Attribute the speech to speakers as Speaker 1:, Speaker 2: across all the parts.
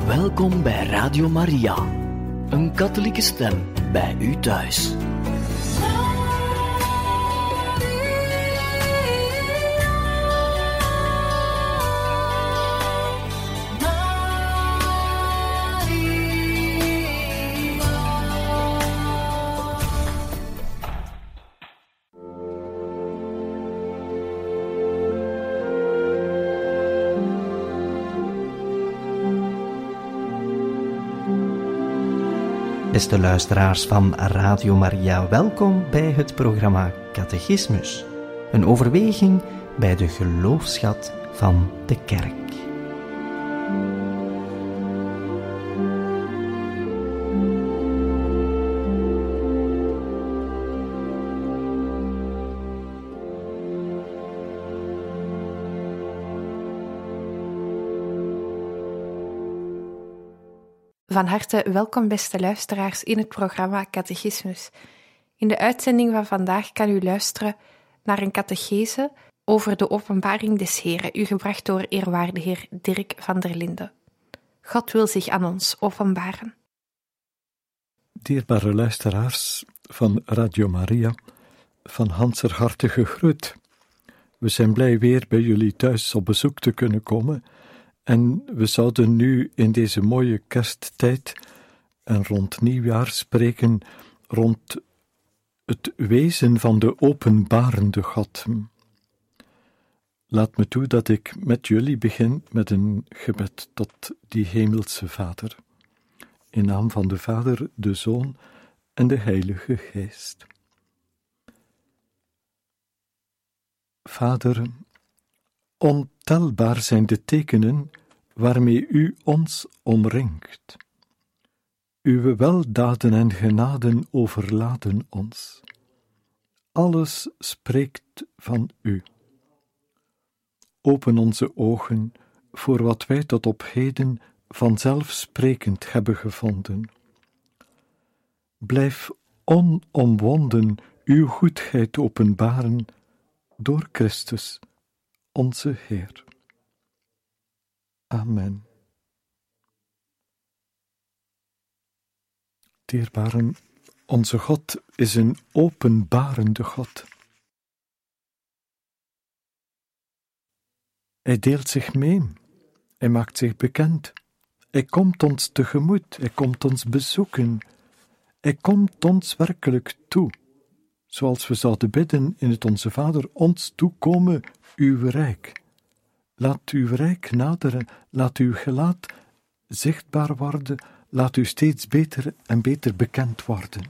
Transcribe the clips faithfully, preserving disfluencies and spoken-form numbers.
Speaker 1: Welkom bij Radio Maria, een katholieke stem bij u thuis.
Speaker 2: Beste luisteraars van Radio Maria, welkom bij het programma Catechismus. Een overweging bij de geloofsschat van de Kerk.
Speaker 3: Van harte welkom, beste luisteraars, in het programma Catechismus. In de uitzending van vandaag kan u luisteren naar een catechese over de openbaring des Heren, u gebracht door eerwaarde heer Dirk van der Linden. God wil zich aan ons openbaren.
Speaker 4: Dierbare luisteraars van Radio Maria, van Hanser harte gegroet. We zijn blij weer bij jullie thuis op bezoek te kunnen komen. En we zouden nu in deze mooie kersttijd en rond nieuwjaar spreken rond het wezen van de openbarende God. Laat me toe dat ik met jullie begin met een gebed tot die hemelse Vader. In naam van de Vader, de Zoon en de Heilige Geest. Vader, ontelbaar zijn de tekenen waarmee u ons omringt. Uw weldaden en genaden overladen ons. Alles spreekt van u. Open onze ogen voor wat wij tot op heden vanzelfsprekend hebben gevonden. Blijf onomwonden uw goedheid openbaren door Christus, onze Heer. Amen. Dierbaren, onze God is een openbarende God. Hij deelt zich mee, hij maakt zich bekend, hij komt ons tegemoet, hij komt ons bezoeken, hij komt ons werkelijk toe, zoals we zouden bidden in het Onze Vader, ons toekomen uw rijk. Laat uw rijk naderen, laat uw gelaat zichtbaar worden, laat u steeds beter en beter bekend worden.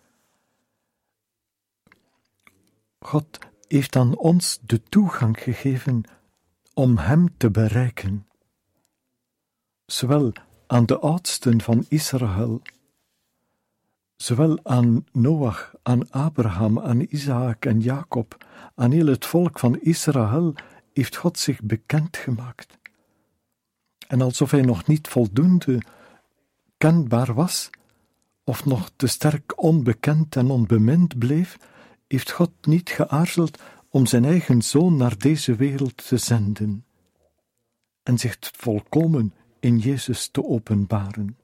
Speaker 4: God heeft aan ons de toegang gegeven om hem te bereiken. Zowel aan de oudsten van Israël, zowel aan Noach, aan Abraham, aan Isaac en Jacob, aan heel het volk van Israël, heeft God zich bekendgemaakt. En alsof hij nog niet voldoende kenbaar was, of nog te sterk onbekend en onbemind bleef, heeft God niet geaarzeld om zijn eigen Zoon naar deze wereld te zenden en zich volkomen in Jezus te openbaren.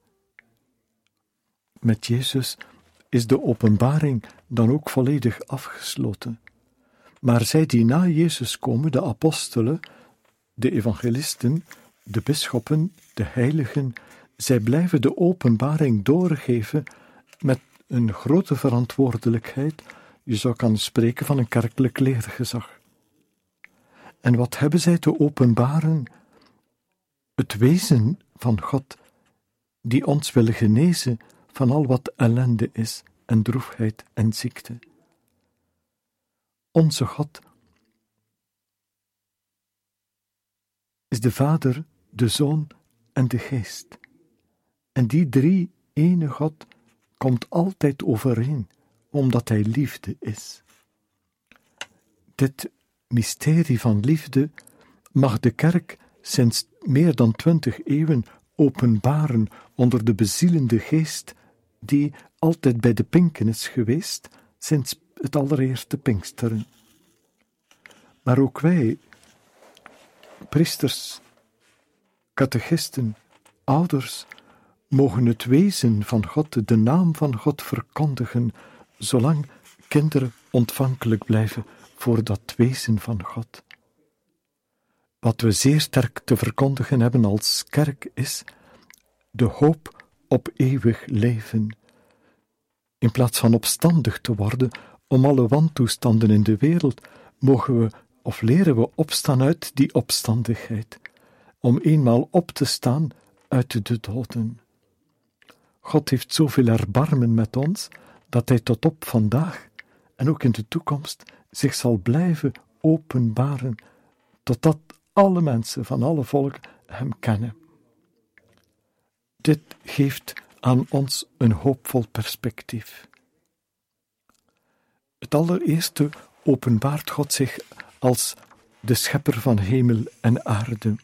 Speaker 4: Met Jezus is de openbaring dan ook volledig afgesloten. Maar zij die na Jezus komen, de apostelen, de evangelisten, de bisschoppen, de heiligen, zij blijven de openbaring doorgeven met een grote verantwoordelijkheid. Je zou kunnen spreken van een kerkelijk leergezag. En wat hebben zij te openbaren? Het wezen van God, die ons wil genezen van al wat ellende is en droefheid en ziekte. Onze God is de Vader, de Zoon en de Geest. En die drie ene God komt altijd overeen, omdat Hij liefde is. Dit mysterie van liefde mag de Kerk sinds meer dan twintig eeuwen openbaren onder de bezielende geest die altijd bij de Pinken is geweest sinds het allereerste Pinksteren. Maar ook wij, priesters, catechisten, Ouders mogen het wezen van God, de naam van God verkondigen, zolang kinderen ontvankelijk blijven voor dat wezen van God. Wat we zeer sterk te verkondigen hebben als kerk is de hoop op eeuwig leven. In plaats van opstandig te worden om alle wantoestanden in de wereld, mogen we of leren we opstaan uit die opstandigheid, om eenmaal op te staan uit de doden. God heeft zoveel erbarmen met ons, dat hij tot op vandaag en ook in de toekomst zich zal blijven openbaren, totdat alle mensen van alle volken hem kennen. Dit geeft aan ons een hoopvol perspectief. Het allereerste openbaart God zich als de schepper van hemel en aarde.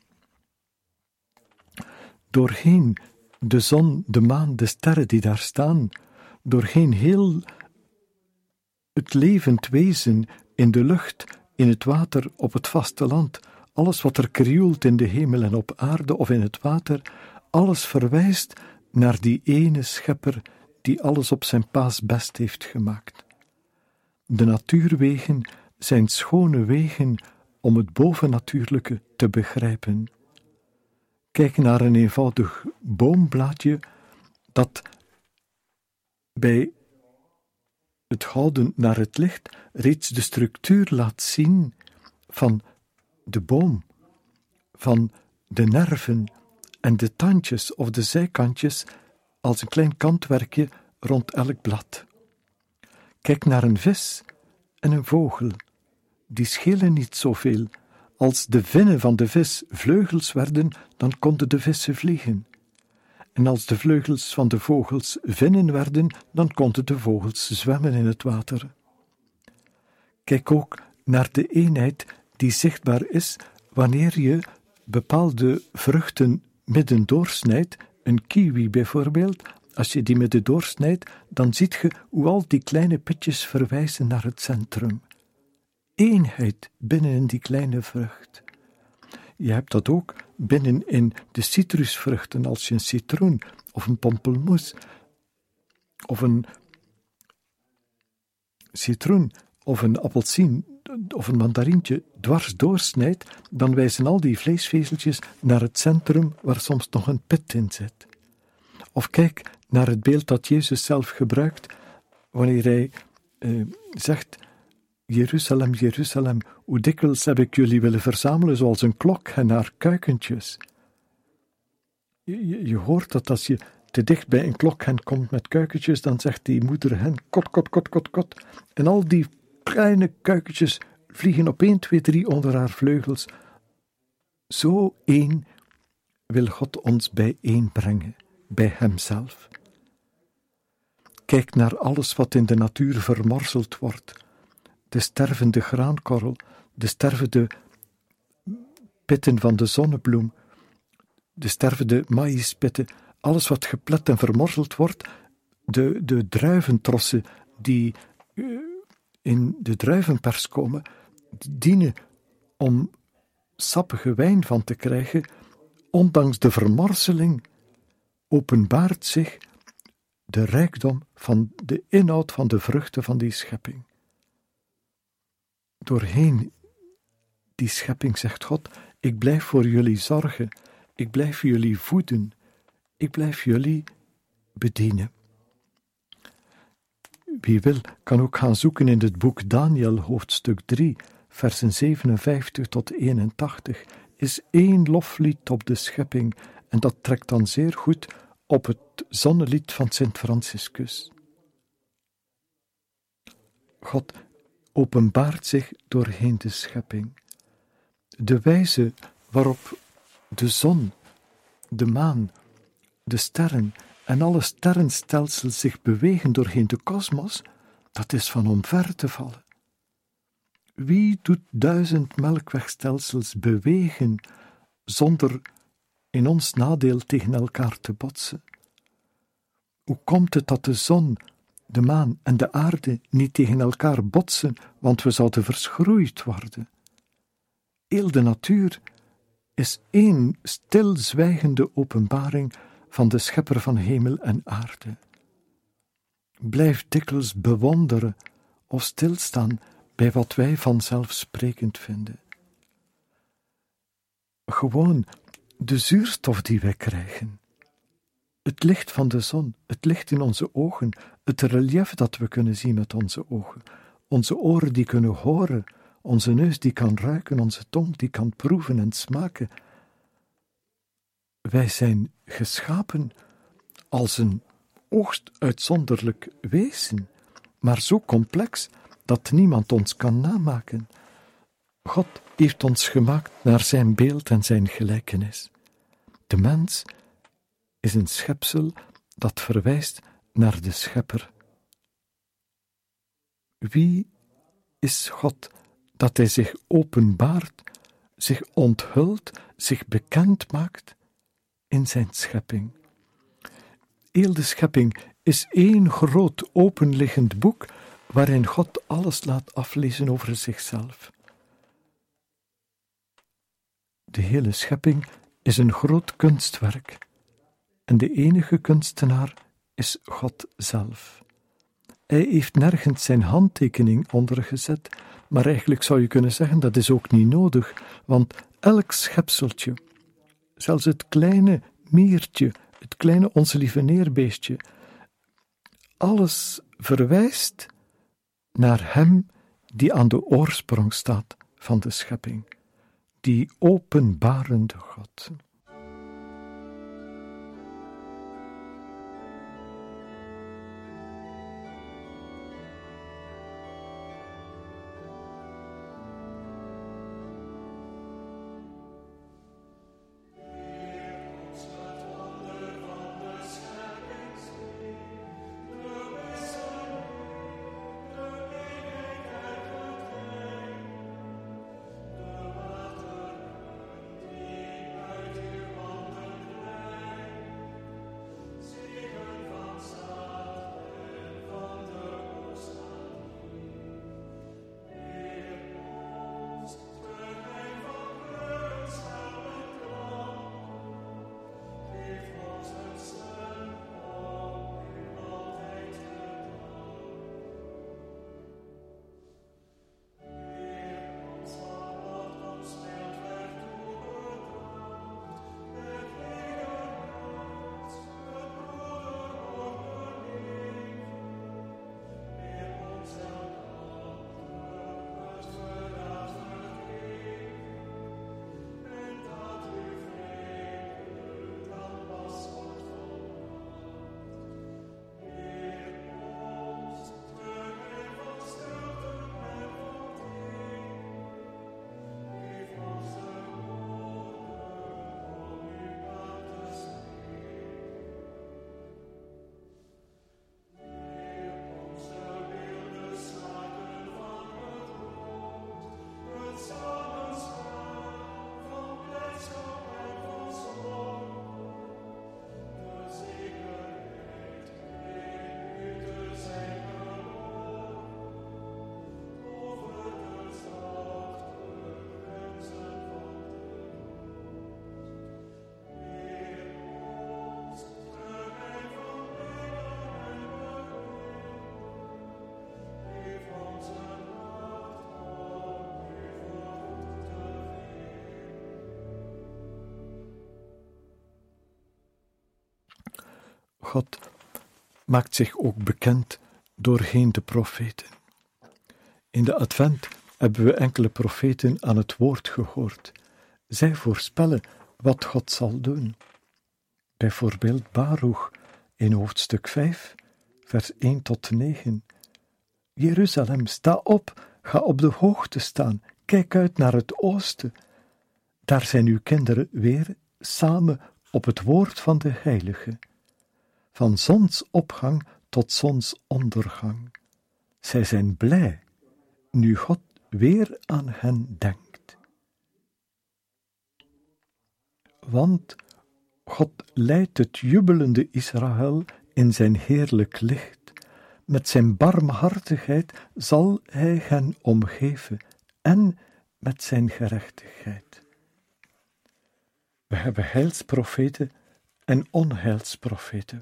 Speaker 4: Doorheen de zon, de maan, de sterren die daar staan, doorheen heel het levend wezen in de lucht, in het water, op het vasteland, alles wat er krioelt in de hemel en op aarde of in het water, alles verwijst naar die ene schepper die alles op zijn paas best heeft gemaakt. De natuurwegen zijn schone wegen om het bovennatuurlijke te begrijpen. Kijk naar een eenvoudig boomblaadje dat bij het houden naar het licht reeds de structuur laat zien van de boom, van de nerven en de tandjes of de zijkantjes als een klein kantwerkje rond elk blad. Kijk naar een vis en een vogel. Die schelen niet zoveel. Als de vinnen van de vis vleugels werden, dan konden de vissen vliegen. En als de vleugels van de vogels vinnen werden, dan konden de vogels zwemmen in het water. Kijk ook naar de eenheid die zichtbaar is wanneer je bepaalde vruchten midden doorsnijdt, een kiwi bijvoorbeeld. Als je die midden doorsnijdt, dan ziet je hoe al die kleine pitjes verwijzen naar het centrum. Eenheid binnen in die kleine vrucht. Je hebt dat ook binnen in de citrusvruchten, als je een citroen of een pompelmoes of een citroen of een appelsien of een mandarientje dwars doorsnijdt, dan wijzen al die vleesvezeltjes naar het centrum waar soms nog een pit in zit. Of kijk naar het beeld dat Jezus zelf gebruikt wanneer hij eh, zegt: Jeruzalem, Jeruzalem, hoe dikwijls heb ik jullie willen verzamelen zoals een klok en haar kuikentjes. Je, je, je hoort dat als je te dicht bij een klokhen komt met kuikentjes, dan zegt die moederhen kot, kot, kot, kot, kot. En al die kleine kuikentjes vliegen op één, twee, drie onder haar vleugels. Zo één wil God ons bijeenbrengen, bij Hemzelf. Kijk naar alles wat in de natuur vermorzeld wordt. De stervende graankorrel, de stervende pitten van de zonnebloem, de stervende maïspitten, alles wat geplet en vermorzeld wordt, de, de druiventrossen die uh, in de druivenpers komen, die dienen om sappige wijn van te krijgen. Ondanks de vermorzeling openbaart zich de rijkdom van de inhoud van de vruchten van die schepping. Doorheen die schepping zegt God: ik blijf voor jullie zorgen, ik blijf jullie voeden, ik blijf jullie bedienen. Wie wil, kan ook gaan zoeken in het boek Daniel, hoofdstuk drie, versen zevenenvijftig tot eenentachtig, is één loflied op de schepping, en dat trekt dan zeer goed op het zonnelied van Sint Franciscus. God openbaart zich doorheen de schepping. De wijze waarop de zon, de maan, de sterren en alle sterrenstelsels zich bewegen doorheen de kosmos, dat is van omver te vallen. Wie doet duizend melkwegstelsels bewegen zonder in ons nadeel tegen elkaar te botsen? Hoe komt het dat de zon, de maan en de aarde niet tegen elkaar botsen, want we zouden verschroeid worden? Heel de natuur is één stilzwijgende openbaring van de schepper van hemel en aarde. Blijf dikwijls bewonderen of stilstaan bij wat wij vanzelfsprekend vinden. Gewoon de zuurstof die wij krijgen, het licht van de zon, het licht in onze ogen, het relief dat we kunnen zien met onze ogen, onze oren die kunnen horen, onze neus die kan ruiken, onze tong die kan proeven en smaken. Wij zijn geschapen als een hoogst uitzonderlijk wezen, maar zo complex dat niemand ons kan namaken. God heeft ons gemaakt naar zijn beeld en zijn gelijkenis. De mens is een schepsel dat verwijst naar de schepper. Wie is God dat hij zich openbaart, zich onthult, zich bekend maakt in zijn schepping? Heel de schepping is één groot openliggend boek waarin God alles laat aflezen over zichzelf. De hele schepping is een groot kunstwerk en de enige kunstenaar is God zelf. Hij heeft nergens zijn handtekening onder gezet, maar eigenlijk zou je kunnen zeggen dat is ook niet nodig, want elk schepseltje, zelfs het kleine miertje, het kleine onze lieve neerbeestje, alles verwijst naar hem die aan de oorsprong staat van de schepping, die openbarende God. God maakt zich ook bekend doorheen de profeten. In de Advent hebben we enkele profeten aan het woord gehoord. Zij voorspellen wat God zal doen. Bijvoorbeeld Baruch in hoofdstuk vijf, vers één tot negen. Jeruzalem, sta op, ga op de hoogte staan, kijk uit naar het oosten. Daar zijn uw kinderen weer samen op het woord van de Heilige. Van zonsopgang tot zonsondergang. Zij zijn blij, nu God weer aan hen denkt. Want God leidt het jubelende Israël in zijn heerlijk licht. Met zijn barmhartigheid zal hij hen omgeven en met zijn gerechtigheid. We hebben heilsprofeten en onheilsprofeten.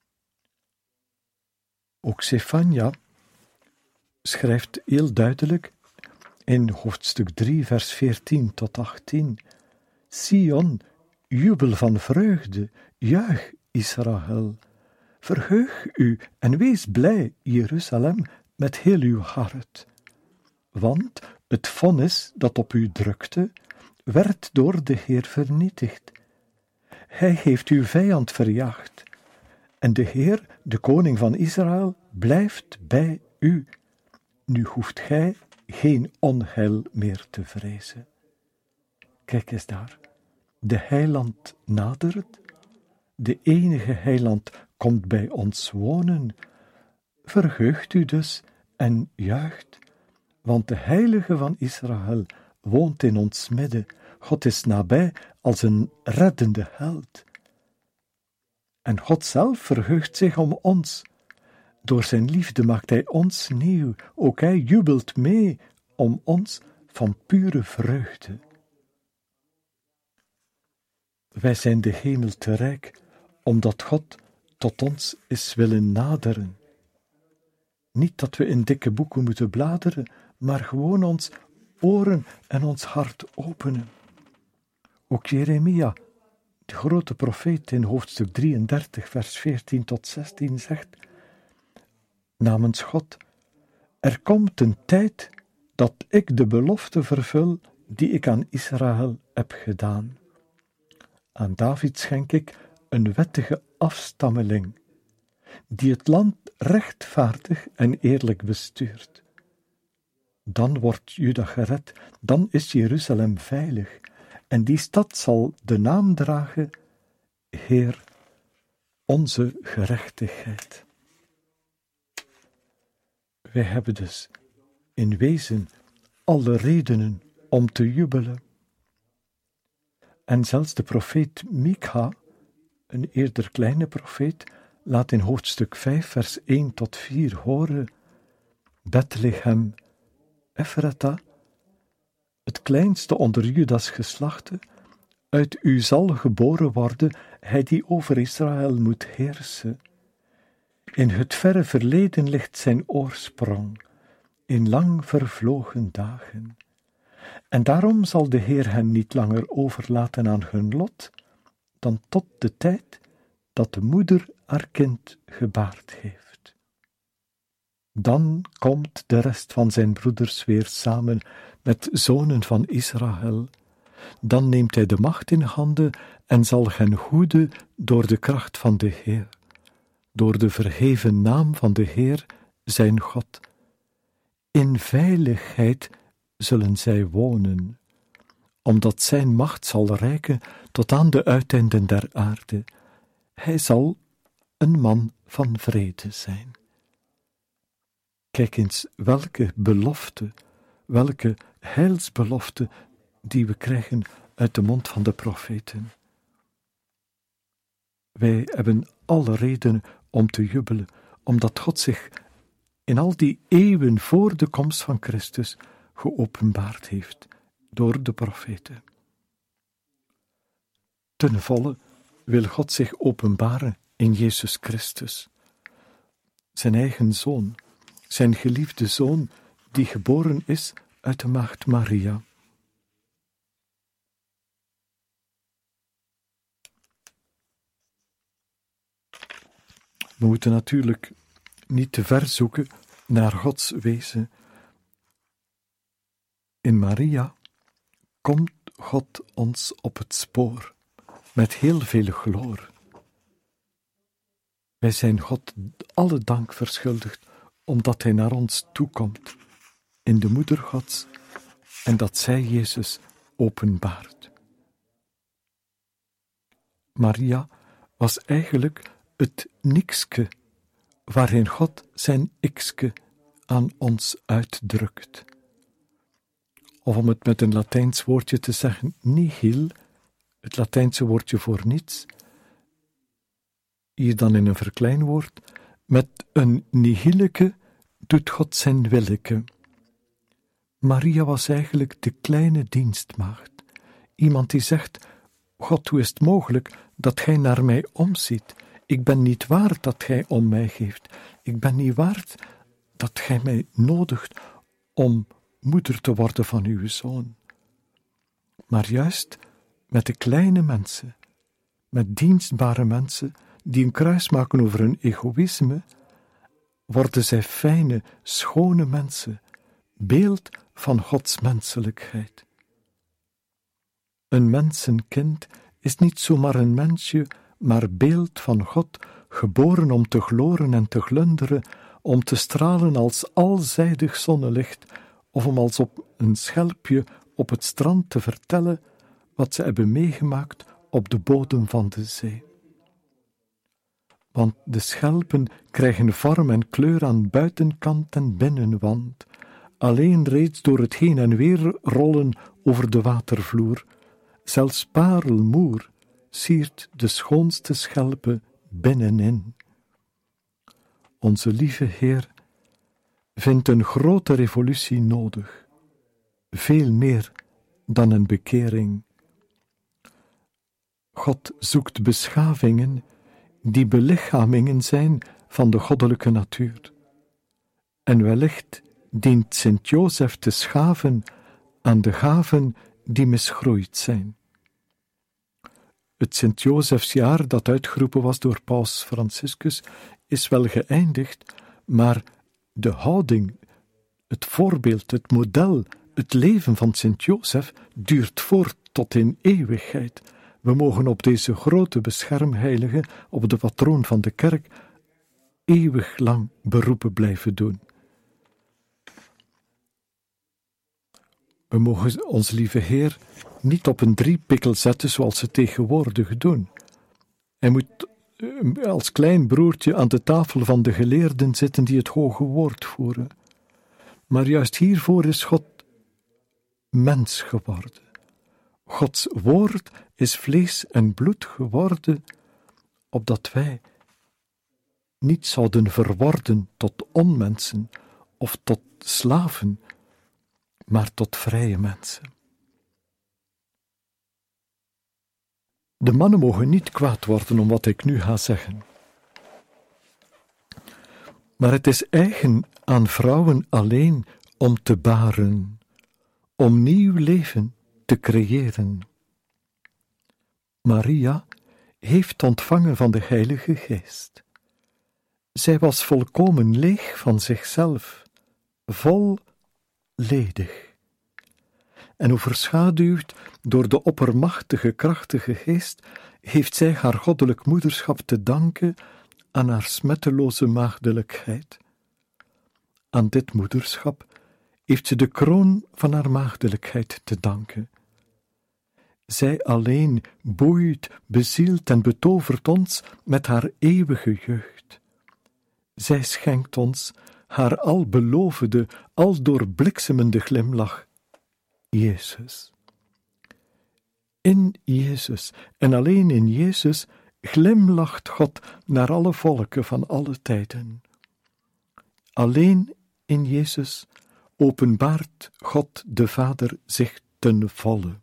Speaker 4: Ook Zefania schrijft heel duidelijk in hoofdstuk drie, vers veertien tot achttien. Sion, jubel van vreugde, juich Israël. Verheug u en wees blij, Jeruzalem, met heel uw hart. Want het vonnis dat op u drukte, werd door de Heer vernietigd. Hij heeft uw vijand verjaagd. En de Heer, de koning van Israël, blijft bij u. Nu hoeft gij geen onheil meer te vrezen. Kijk eens daar. De heiland nadert. De enige heiland komt bij ons wonen. Verheugt u dus en juicht, want de heilige van Israël woont in ons midden. God is nabij als een reddende held. En God zelf verheugt zich om ons. Door zijn liefde maakt hij ons nieuw. Ook hij jubelt mee om ons van pure vreugde. Wij zijn de hemel te rijk, omdat God tot ons is willen naderen. Niet dat we in dikke boeken moeten bladeren, maar gewoon ons oren en ons hart openen. Ook Jeremia, de grote profeet in hoofdstuk drieëndertig, vers veertien tot zestien zegt, namens God, er komt een tijd dat ik de belofte vervul die ik aan Israël heb gedaan. Aan David schenk ik een wettige afstammeling, die het land rechtvaardig en eerlijk bestuurt. Dan wordt Juda gered, dan is Jeruzalem veilig, en die stad zal de naam dragen, Heer, onze gerechtigheid. Wij hebben dus in wezen alle redenen om te jubelen. En zelfs de profeet Mika, een eerder kleine profeet, laat in hoofdstuk vijf, vers één tot vier horen, Bethlehem, Ephrata, het kleinste onder Judas geslachte, uit u zal geboren worden, hij die over Israël moet heersen. In het verre verleden ligt zijn oorsprong, in lang vervlogen dagen. En daarom zal de Heer hen niet langer overlaten aan hun lot, dan tot de tijd dat de moeder haar kind gebaard heeft. Dan komt de rest van zijn broeders weer samen met zonen van Israël. Dan neemt hij de macht in handen en zal hen hoeden door de kracht van de Heer, door de verheven naam van de Heer, zijn God. In veiligheid zullen zij wonen, omdat zijn macht zal reiken tot aan de uiteinden der aarde. Hij zal een man van vrede zijn. Kijk eens welke belofte, welke heilsbelofte die we krijgen uit de mond van de profeten. Wij hebben alle reden om te jubelen, omdat God zich in al die eeuwen voor de komst van Christus geopenbaard heeft door de profeten. Ten volle wil God zich openbaren in Jezus Christus, zijn eigen Zoon, zijn geliefde Zoon, die geboren is uit de maagd Maria. We moeten natuurlijk niet te ver zoeken naar Gods wezen. In Maria komt God ons op het spoor, met heel veel gloor. Wij zijn God alle dank verschuldigd, omdat Hij naar ons toekomt, in de moeder Gods, en dat zij Jezus openbaart. Maria was eigenlijk het nikske, waarin God zijn ikske aan ons uitdrukt. Of om het met een Latijns woordje te zeggen, nihil, het Latijnse woordje voor niets, hier dan in een verkleinwoord, met een nihileke doet God zijn willeke. Maria was eigenlijk de kleine dienstmaagd, iemand die zegt, God, hoe is het mogelijk dat gij naar mij omziet? Ik ben niet waard dat gij om mij geeft. Ik ben niet waard dat gij mij nodigt om moeder te worden van uw zoon. Maar juist met de kleine mensen, met dienstbare mensen, die een kruis maken over hun egoïsme, worden zij fijne, schone mensen, beeld van Gods menselijkheid. Een mensenkind is niet zomaar een mensje, maar beeld van God, geboren om te gloren en te glunderen, om te stralen als alzijdig zonnelicht, of om als op een schelpje op het strand te vertellen wat ze hebben meegemaakt op de bodem van de zee. Want de schelpen krijgen vorm en kleur aan buitenkant en binnenwand, alleen reeds door het heen en weer rollen over de watervloer. Zelfs parelmoer siert de schoonste schelpen binnenin. Onze lieve Heer vindt een grote revolutie nodig, veel meer dan een bekering. God zoekt beschavingen die belichamingen zijn van de goddelijke natuur. En wellicht dient Sint-Jozef te schaven aan de gaven die misgroeid zijn. Het Sint-Jozefsjaar, dat uitgeroepen was door paus Franciscus, is wel geëindigd, maar de houding, het voorbeeld, het model, het leven van Sint-Jozef duurt voort tot in eeuwigheid. We mogen op deze grote beschermheilige, op de patroon van de kerk, eeuwig lang beroepen blijven doen. We mogen ons lieve Heer niet op een driepikkel zetten zoals ze tegenwoordig doen. Hij moet als klein broertje aan de tafel van de geleerden zitten die het hoge woord voeren. Maar juist hiervoor is God mens geworden. Gods woord is vlees en bloed geworden, opdat wij niet zouden verworden tot onmensen of tot slaven, maar tot vrije mensen. De mannen mogen niet kwaad worden om wat ik nu ga zeggen. Maar het is eigen aan vrouwen alleen om te baren, om nieuw leven te creëren. Maria heeft ontvangen van de Heilige Geest. Zij was volkomen leeg van zichzelf, volledig. En overschaduwd door de oppermachtige, krachtige Geest, heeft zij haar goddelijk moederschap te danken aan haar smetteloze maagdelijkheid. Aan dit moederschap heeft ze de kroon van haar maagdelijkheid te danken. Zij alleen boeit, bezielt en betovert ons met haar eeuwige jeugd. Zij schenkt ons haar albelovende, aldoorbliksemende glimlach, Jezus. In Jezus en alleen in Jezus glimlacht God naar alle volken van alle tijden. Alleen in Jezus openbaart God de Vader zich ten volle.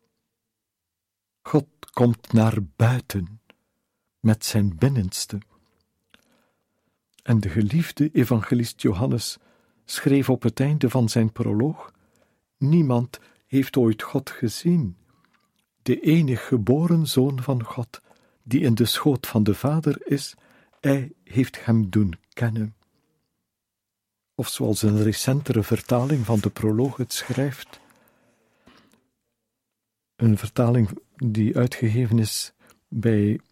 Speaker 4: God komt naar buiten met zijn binnenste. En de geliefde evangelist Johannes schreef op het einde van zijn proloog: niemand heeft ooit God gezien, de enig geboren Zoon van God, die in de schoot van de Vader is, hij heeft hem doen kennen. Of zoals een recentere vertaling van de proloog het schrijft, een vertaling die uitgegeven is bij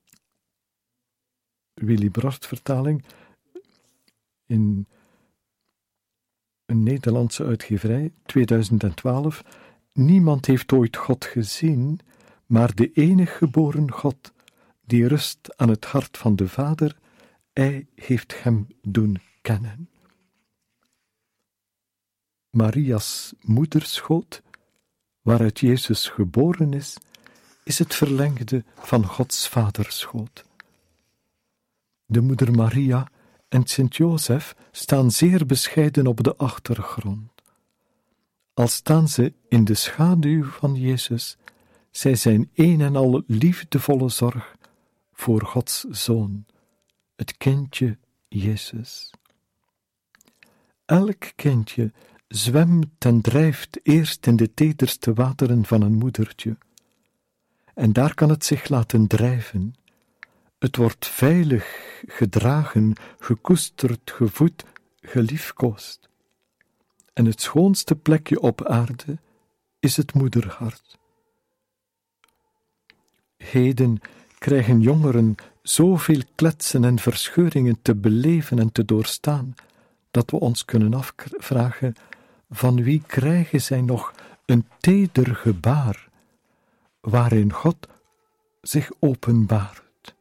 Speaker 4: Willy Brandt vertaling in een Nederlandse uitgeverij, tweeduizend twaalf. Niemand heeft ooit God gezien, maar de enig geboren God, die rust aan het hart van de Vader, hij heeft hem doen kennen. Maria's moederschoot, waaruit Jezus geboren is, is het verlengde van Gods vaderschoot. De moeder Maria en Sint-Jozef staan zeer bescheiden op de achtergrond. Al staan ze in de schaduw van Jezus, zij zijn een en al liefdevolle zorg voor Gods Zoon, het kindje Jezus. Elk kindje zwemt en drijft eerst in de tederste wateren van een moedertje. En daar kan het zich laten drijven. Het wordt veilig gedragen, gekoesterd, gevoed, geliefkoosd. En het schoonste plekje op aarde is het moederhart. Heden krijgen jongeren zoveel kletsen en verscheuringen te beleven en te doorstaan, dat we ons kunnen afvragen, van wie krijgen zij nog een teder gebaar, waarin God zich openbaart.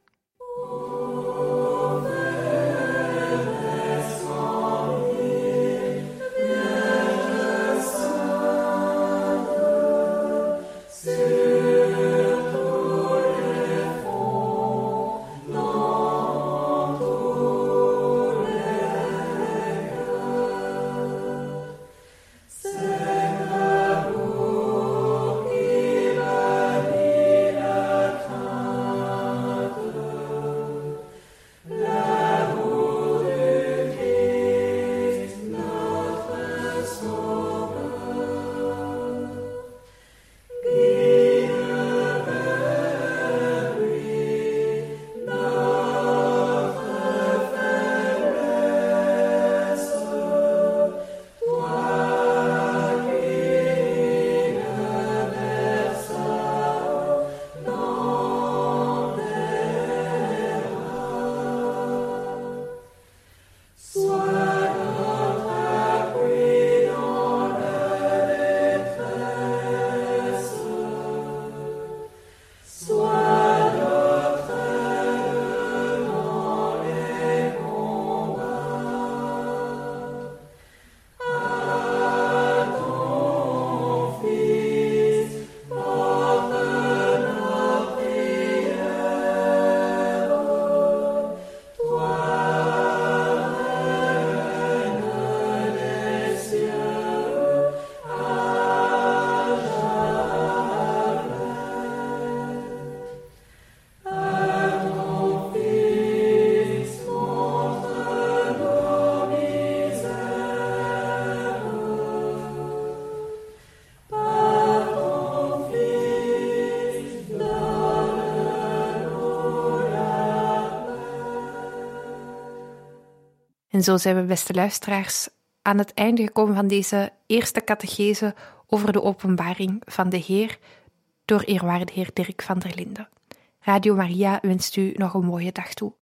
Speaker 3: En zo zijn we, beste luisteraars, aan het einde gekomen van deze eerste catechese over de openbaring van de Heer door eerwaarde heer Dirk van der Linden. Radio Maria wenst u nog een mooie dag toe.